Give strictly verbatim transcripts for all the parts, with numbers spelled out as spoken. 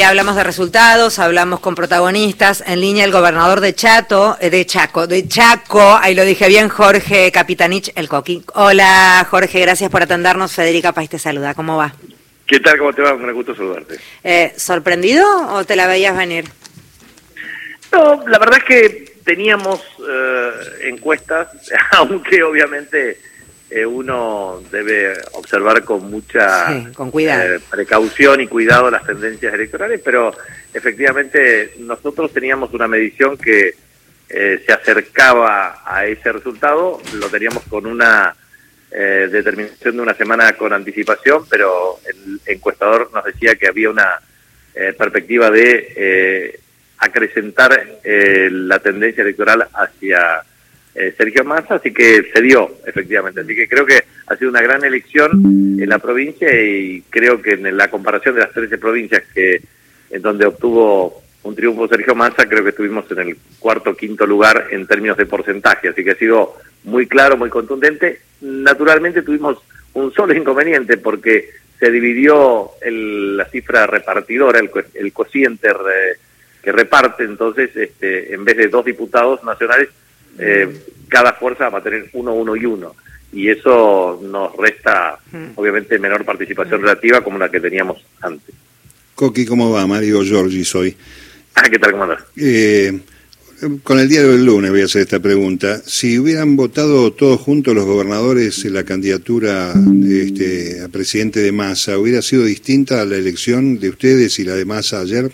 hablamos de resultados, hablamos con protagonistas. En línea el gobernador de Chato, eh, de Chaco, de Chaco, ahí lo dije bien, Jorge Capitanich, el Coqui. Hola Jorge, gracias por atendernos. Federica País te saluda, ¿cómo va? ¿Qué tal? ¿Cómo te va? Un gusto saludarte. Eh, ¿Sorprendido o te la veías venir? No, la verdad es que teníamos eh, encuestas, aunque obviamente eh, uno debe observar con mucha sí, con cuidado. Eh, precaución y cuidado las tendencias electorales, pero efectivamente nosotros teníamos una medición que eh, se acercaba a ese resultado, lo teníamos con una eh, determinación de una semana con anticipación, pero el encuestador nos decía que había una eh, perspectiva de eh, acrecentar eh, la tendencia electoral hacia eh, Sergio Massa, así que se dio, efectivamente. Así que creo que ha sido una gran elección en la provincia y creo que en la comparación de las trece provincias que en donde obtuvo un triunfo Sergio Massa, creo que estuvimos en el cuarto o quinto lugar en términos de porcentaje, así que ha sido muy claro, muy contundente. Naturalmente tuvimos un solo inconveniente porque se dividió el, la cifra repartidora, el, el cociente re, que reparte, entonces este, en vez de dos diputados nacionales, eh, cada fuerza va a tener uno, uno y uno, y eso nos resta obviamente menor participación relativa como la que teníamos antes. Coqui, ¿cómo va? Mario Giorgi soy. Ah, ¿qué tal? ¿Cómo andás? Eh, con el diario del lunes voy a hacer esta pregunta. Si hubieran votado todos juntos los gobernadores en la candidatura este, a presidente de Massa, ¿hubiera sido distinta a la elección de ustedes y la de Massa ayer?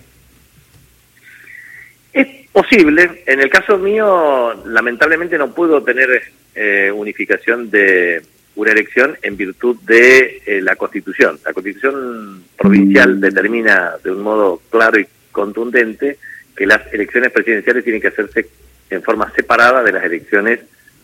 Es posible. En el caso mío, lamentablemente no puedo tener eh, unificación de una elección en virtud de eh, la Constitución. La Constitución provincial determina de un modo claro y contundente que las elecciones presidenciales tienen que hacerse en forma separada de las elecciones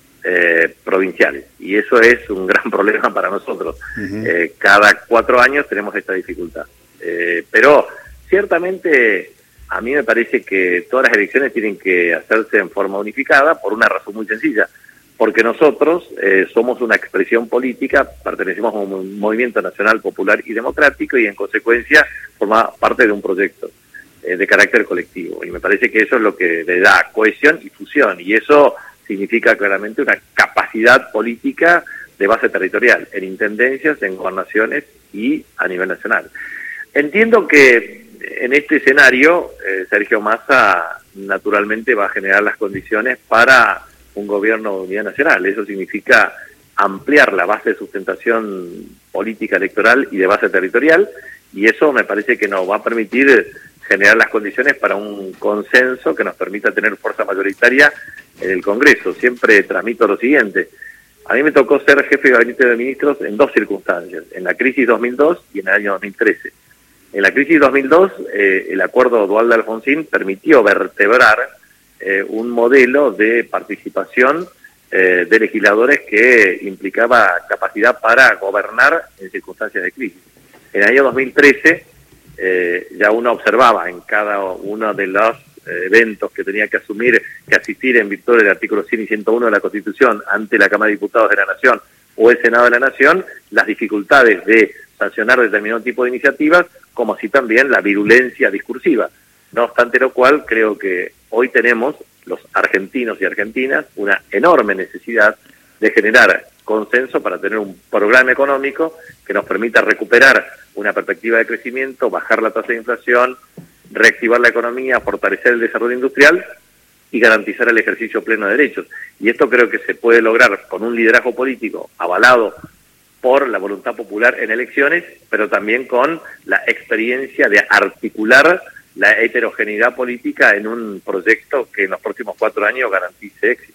eh, provinciales. Y eso es un gran problema para nosotros. Uh-huh. Eh, cada cuatro años tenemos esta dificultad. Eh, pero ciertamente a mí me parece que todas las elecciones tienen que hacerse en forma unificada por una razón muy sencilla. Porque nosotros eh, somos una expresión política, pertenecemos a un movimiento nacional popular y democrático y en consecuencia forma parte de un proyecto eh, de carácter colectivo. Y me parece que eso es lo que le da cohesión y fusión, y eso significa claramente una capacidad política de base territorial, en intendencias, en gobernaciones y a nivel nacional. Entiendo que en este escenario eh, Sergio Massa naturalmente va a generar las condiciones para un gobierno de unidad nacional. Eso significa ampliar la base de sustentación política electoral y de base territorial, y eso me parece que nos va a permitir generar las condiciones para un consenso que nos permita tener fuerza mayoritaria en el Congreso. Siempre transmito lo siguiente: a mí me tocó ser jefe de gabinete de ministros en dos circunstancias, en la crisis dos mil dos y en el año dos mil trece. En la crisis dos mil dos, eh, el acuerdo Duhalde-Alfonsín permitió vertebrar Eh, un modelo de participación eh, de legisladores que implicaba capacidad para gobernar en circunstancias de crisis. En el año dos mil trece eh, ya uno observaba en cada uno de los eh, eventos que tenía que asumir, que asistir en virtud del artículo cien y ciento uno de la Constitución ante la Cámara de Diputados de la Nación o el Senado de la Nación, las dificultades de sancionar determinado tipo de iniciativas, como así también la virulencia discursiva. No obstante lo cual, creo que hoy tenemos, los argentinos y argentinas, una enorme necesidad de generar consenso para tener un programa económico que nos permita recuperar una perspectiva de crecimiento, bajar la tasa de inflación, reactivar la economía, fortalecer el desarrollo industrial y garantizar el ejercicio pleno de derechos. Y esto creo que se puede lograr con un liderazgo político avalado por la voluntad popular en elecciones, pero también con la experiencia de articular la heterogeneidad política en un proyecto que en los próximos cuatro años garantice éxito.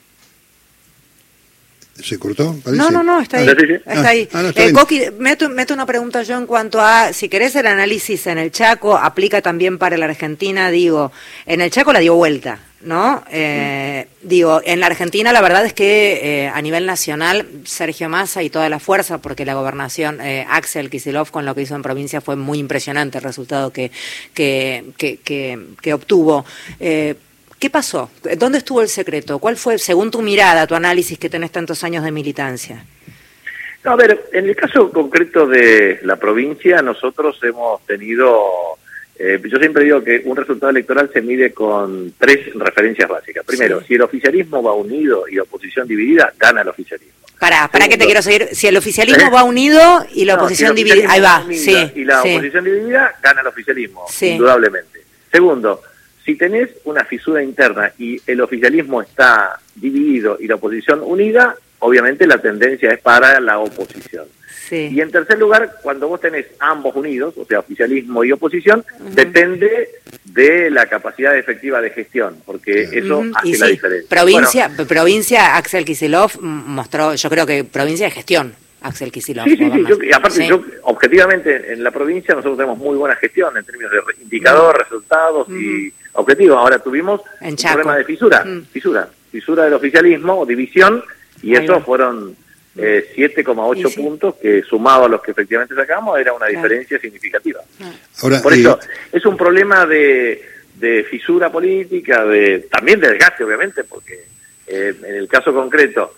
¿Se cortó? Parece. No, no, no, está ahí. Ah, sí, sí. Está ahí. Ah, no, está eh, Coqui, meto, meto una pregunta yo en cuanto a, si querés el análisis en el Chaco, aplica también para la Argentina, digo, en el Chaco la dio vuelta, ¿no? Eh, mm. Digo, en la Argentina la verdad es que eh, a nivel nacional, Sergio Massa y toda la fuerza, porque la gobernación, eh, Axel Kicillof con lo que hizo en provincia fue muy impresionante el resultado que, que, que, que, que obtuvo. Eh, ¿Qué pasó? ¿Dónde estuvo el secreto? ¿Cuál fue, según tu mirada, tu análisis que tenés tantos años de militancia? No, a ver, en el caso concreto de la provincia, nosotros hemos tenido Eh, yo siempre digo que un resultado electoral se mide con tres referencias básicas. Primero, sí. si el oficialismo va unido y la oposición dividida, gana el oficialismo. Para, para que te quiero seguir. Si el oficialismo ¿Eh? va unido y la no, oposición si dividida, ahí va. Sí, y la sí. oposición dividida, gana el oficialismo, sí. indudablemente. Segundo, si tenés una fisura interna y el oficialismo está dividido y la oposición unida, obviamente la tendencia es para la oposición. Sí. Y en tercer lugar, cuando vos tenés ambos unidos, o sea, oficialismo y oposición, uh-huh. depende de la capacidad efectiva de gestión, porque uh-huh. eso hace y la sí. diferencia. Provincia, bueno, provincia, Axel Kicillof mostró, yo creo que provincia de gestión, Axel Kicillof. Sí, sí, sí, yo, y aparte, sí. yo, objetivamente, en la provincia nosotros tenemos muy buena gestión en términos de indicador, uh-huh. resultados uh-huh. y objetivos. Ahora tuvimos en un Chaco. problema de fisura, uh-huh. fisura, fisura del oficialismo, división, y Ahí eso va. fueron... Eh, siete coma ocho sí. puntos que sumado a los que efectivamente sacamos era una claro. diferencia significativa. Ahora, por eso eh... es un problema de, de fisura política, de también de desgaste obviamente, porque eh, en el caso concreto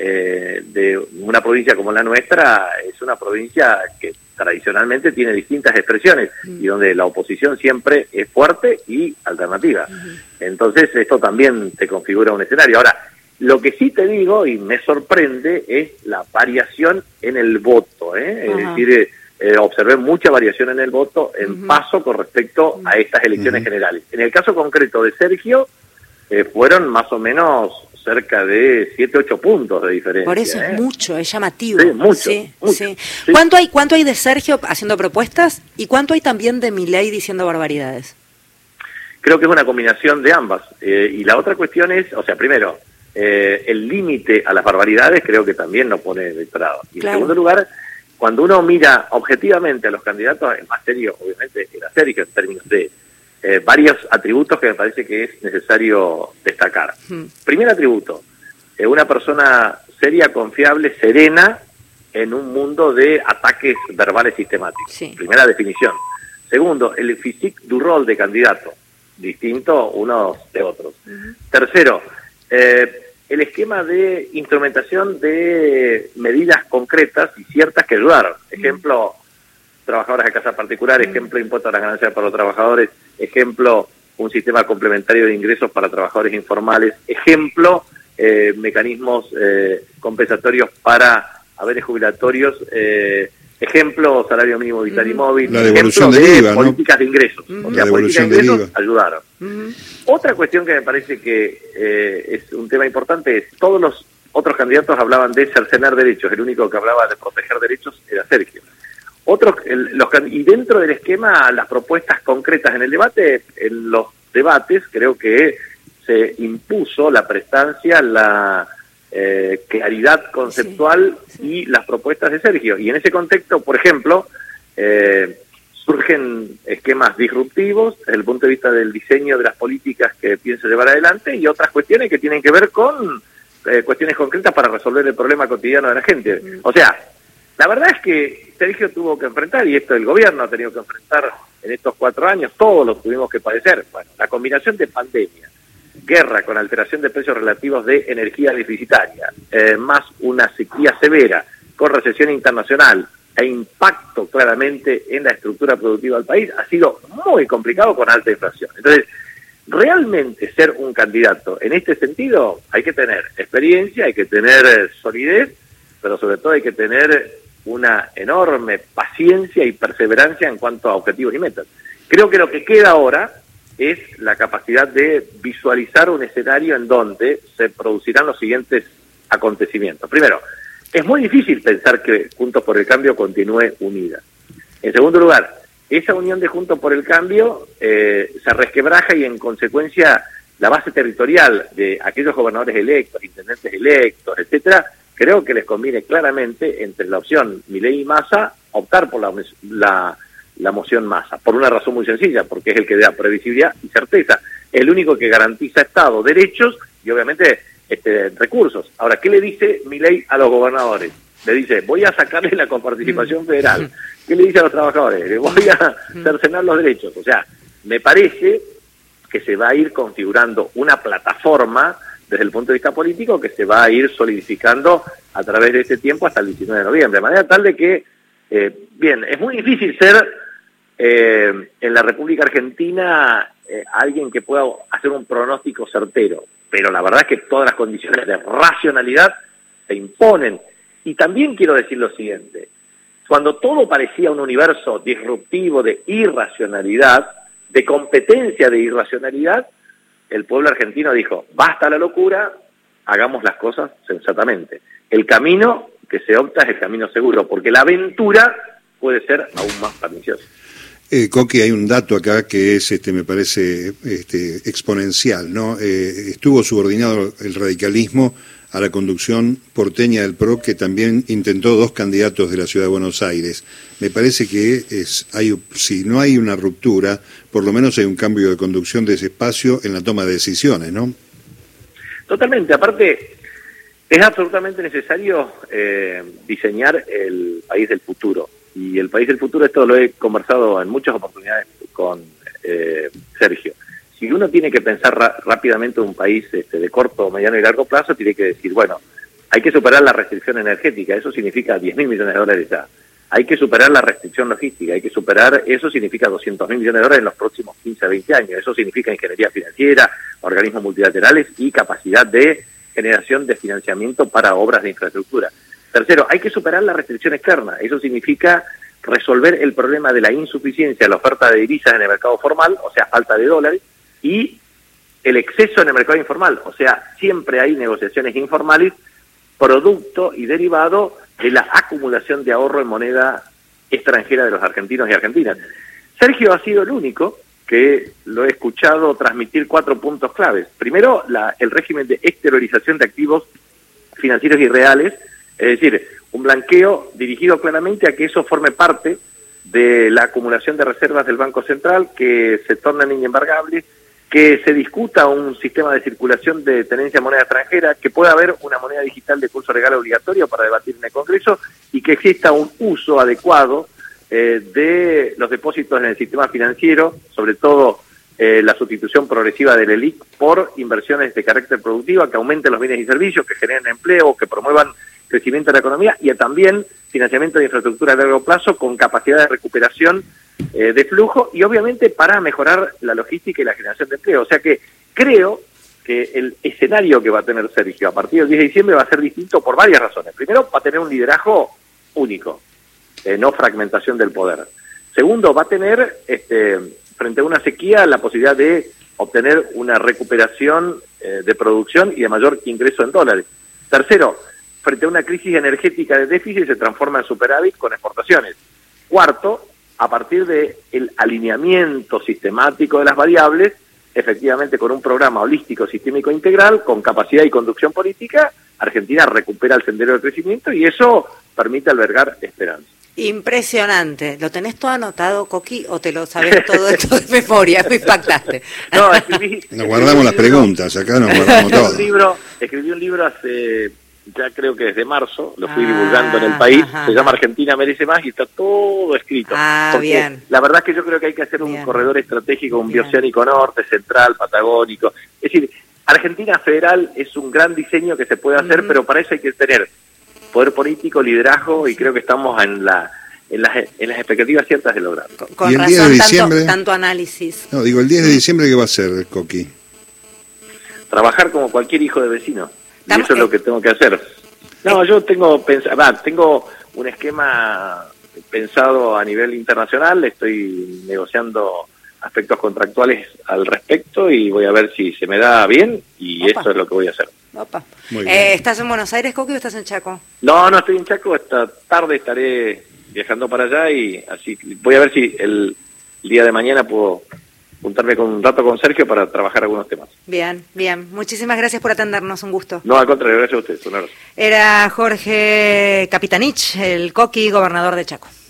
eh, de una provincia como la nuestra, es una provincia que tradicionalmente tiene distintas expresiones mm. y donde la oposición siempre es fuerte y alternativa. Mm. Entonces esto también te configura un escenario. Ahora, lo que sí te digo, y me sorprende, es la variación en el voto. ¿eh? Es decir, eh, observé mucha variación en el voto en uh-huh. paso con respecto uh-huh. a estas elecciones uh-huh. generales. En el caso concreto de Sergio, eh, fueron más o menos cerca de siete, ocho puntos de diferencia. Por eso ¿eh? es mucho, es llamativo. Sí, mucho. Sí, mucho sí. Sí. ¿Cuánto hay, cuánto hay de Sergio haciendo propuestas y cuánto hay también de Milei diciendo barbaridades? Creo que es una combinación de ambas. Eh, y la otra cuestión es, o sea, primero... Eh, el límite a las barbaridades creo que también nos pone de electorado. Y claro. en segundo lugar, cuando uno mira objetivamente a los candidatos, en más serio, obviamente, era Sergio en términos de eh, varios atributos que me parece que es necesario destacar. Hmm. Primer atributo, eh, una persona seria, confiable, serena en un mundo de ataques verbales sistemáticos. Sí. Primera definición. Segundo, el physique du rol de candidato, distinto unos de otros. Uh-huh. Tercero, Eh, el esquema de instrumentación de medidas concretas y ciertas que ayudaron. Ejemplo, trabajadoras de casa particular, ejemplo, impuesto a las ganancias para los trabajadores, ejemplo, un sistema complementario de ingresos para trabajadores informales, ejemplo, eh, mecanismos eh, compensatorios para haberes jubilatorios, eh, ejemplo, salario mínimo vital y móvil, la devolución ejemplo de, del I V A, ¿no? políticas de ingresos. Uh-huh. O sea, la políticas de ingresos ayudaron. Uh-huh. Otra cuestión que me parece que eh, es un tema importante es, todos los otros candidatos hablaban de cercenar derechos, el único que hablaba de proteger derechos era Sergio. Otros, el, los, y dentro del esquema, las propuestas concretas en el debate, en los debates creo que se impuso la prestancia, la eh, claridad conceptual sí, sí. y las propuestas de Sergio. Y en ese contexto, por ejemplo, eh, surgen esquemas disruptivos desde el punto de vista del diseño de las políticas que piensa llevar adelante y otras cuestiones que tienen que ver con eh, cuestiones concretas para resolver el problema cotidiano de la gente. Mm. O sea, la verdad es que Sergio tuvo que enfrentar, y esto el gobierno ha tenido que enfrentar en estos cuatro años, todos los tuvimos que padecer. Bueno, la combinación de pandemia, guerra con alteración de precios relativos de energía deficitaria, eh, más una sequía severa, con recesión internacional e impacto claramente en la estructura productiva del país, ha sido muy complicado con alta inflación. Entonces, realmente ser un candidato en este sentido hay que tener experiencia, hay que tener solidez, pero sobre todo hay que tener una enorme paciencia y perseverancia en cuanto a objetivos y metas. Creo que lo que queda ahora es la capacidad de visualizar un escenario en donde se producirán los siguientes acontecimientos. Primero, es muy difícil pensar que Juntos por el Cambio continúe unida. En segundo lugar, esa unión de Juntos por el Cambio eh, se resquebraja y en consecuencia la base territorial de aquellos gobernadores electos, intendentes electos, etcétera, creo que les conviene claramente entre la opción Milei y Massa optar por la, la, la moción Massa, por una razón muy sencilla, porque es el que da previsibilidad y certeza, es el único que garantiza Estado, derechos y obviamente este, recursos. Ahora, ¿qué le dice Milei a los gobernadores? Le dice, voy a sacarle la coparticipación federal. ¿Qué le dice a los trabajadores? Le voy a cercenar los derechos. O sea, me parece que se va a ir configurando una plataforma desde el punto de vista político que se va a ir solidificando a través de este tiempo hasta el diecinueve de noviembre, de manera tal de que, eh, bien, es muy difícil ser eh, en la República Argentina eh, alguien que pueda hacer un pronóstico certero, pero la verdad es que todas las condiciones de racionalidad se imponen. Y también quiero decir lo siguiente, cuando todo parecía un universo disruptivo de irracionalidad, de competencia de irracionalidad, el pueblo argentino dijo, basta la locura, hagamos las cosas sensatamente. El camino que se opta es el camino seguro, porque la aventura puede ser aún más perniciosa. Eh, Coqui, hay un dato acá que es, este, me parece, este, exponencial, ¿no? Eh, estuvo subordinado el radicalismo a la conducción porteña del P R O, que también intentó dos candidatos de la Ciudad de Buenos Aires. Me parece que es, hay, si no hay una ruptura, por lo menos hay un cambio de conducción de ese espacio en la toma de decisiones, ¿no? Totalmente. Aparte, es absolutamente necesario eh, diseñar el país del futuro. Y el país del futuro, esto lo he conversado en muchas oportunidades con eh, Sergio. Si uno tiene que pensar ra- rápidamente un país este, de corto, mediano y largo plazo, tiene que decir, bueno, hay que superar la restricción energética, eso significa diez mil millones de dólares ya. Hay que superar la restricción logística, hay que superar, eso significa doscientos mil millones de dólares en los próximos quince a veinte años. Eso significa ingeniería financiera, organismos multilaterales y capacidad de generación de financiamiento para obras de infraestructura. Tercero, hay que superar la restricción externa. Eso significa resolver el problema de la insuficiencia de la oferta de divisas en el mercado formal, o sea, falta de dólares, y el exceso en el mercado informal, o sea, siempre hay negociaciones informales, producto y derivado de la acumulación de ahorro en moneda extranjera de los argentinos y argentinas. Sergio ha sido el único que lo he escuchado transmitir cuatro puntos claves. Primero, la, el régimen de exteriorización de activos financieros y reales, es decir, un blanqueo dirigido claramente a que eso forme parte de la acumulación de reservas del Banco Central, que se tornen inembargables, que se discuta un sistema de circulación de tenencia de moneda extranjera, que pueda haber una moneda digital de curso legal obligatorio para debatir en el Congreso y que exista un uso adecuado eh, de los depósitos en el sistema financiero, sobre todo eh, la sustitución progresiva del E L I C por inversiones de carácter productivo que aumenten los bienes y servicios, que generen empleo, que promuevan crecimiento de la economía y también financiamiento de infraestructura a largo plazo con capacidad de recuperación eh, de flujo y obviamente para mejorar la logística y la generación de empleo. O sea que creo que el escenario que va a tener Sergio a partir del diez de diciembre va a ser distinto por varias razones. Primero, va a tener un liderazgo único, eh, no fragmentación del poder. Segundo, va a tener este, frente a una sequía la posibilidad de obtener una recuperación eh, de producción y de mayor ingreso en dólares. Tercero, frente a una crisis energética de déficit se transforma en superávit con exportaciones. Cuarto, a partir del alineamiento sistemático de las variables, efectivamente con un programa holístico, sistémico integral, con capacidad y conducción política, Argentina recupera el sendero del crecimiento y eso permite albergar esperanza. Impresionante. ¿Lo tenés todo anotado, Coqui, o te lo sabés todo esto de memoria? Me impactaste. No, escribí... Nos guardamos las preguntas, acá nos guardamos todo. Un libro, escribí un libro hace... ya creo que desde marzo, lo fui ah, divulgando en el país, ajá, se llama Argentina merece más y está todo escrito. Ah, porque bien. La verdad es que yo creo que hay que hacer un bien. corredor estratégico, un Bien. bioceánico norte, central, patagónico. Es decir, Argentina federal es un gran diseño que se puede hacer, uh-huh. pero para eso hay que tener poder político, liderazgo y creo que estamos en la en las, en las expectativas ciertas de lograrlo. Con ¿Y el razón, diez de diciembre? Tanto, tanto análisis. No, digo, el diez de diciembre, ¿qué va a hacer, Coqui? Trabajar como cualquier hijo de vecino. Y Tam- eso es lo que tengo que hacer. No, yo tengo pens- va, tengo un esquema pensado a nivel internacional, estoy negociando aspectos contractuales al respecto y voy a ver si se me da bien y Opa. eso es lo que voy a hacer. Opa. Muy bien. Eh, ¿Estás en Buenos Aires, Coqui, o estás en Chaco? No, no estoy en Chaco, esta tarde estaré viajando para allá y así voy a ver si el, el día de mañana puedo juntarme con un rato con Sergio para trabajar algunos temas. Bien, bien. Muchísimas gracias por atendernos, un gusto. No, al contrario, gracias a ustedes. Un abrazo. Era Jorge Capitanich, el Coqui, gobernador de Chaco.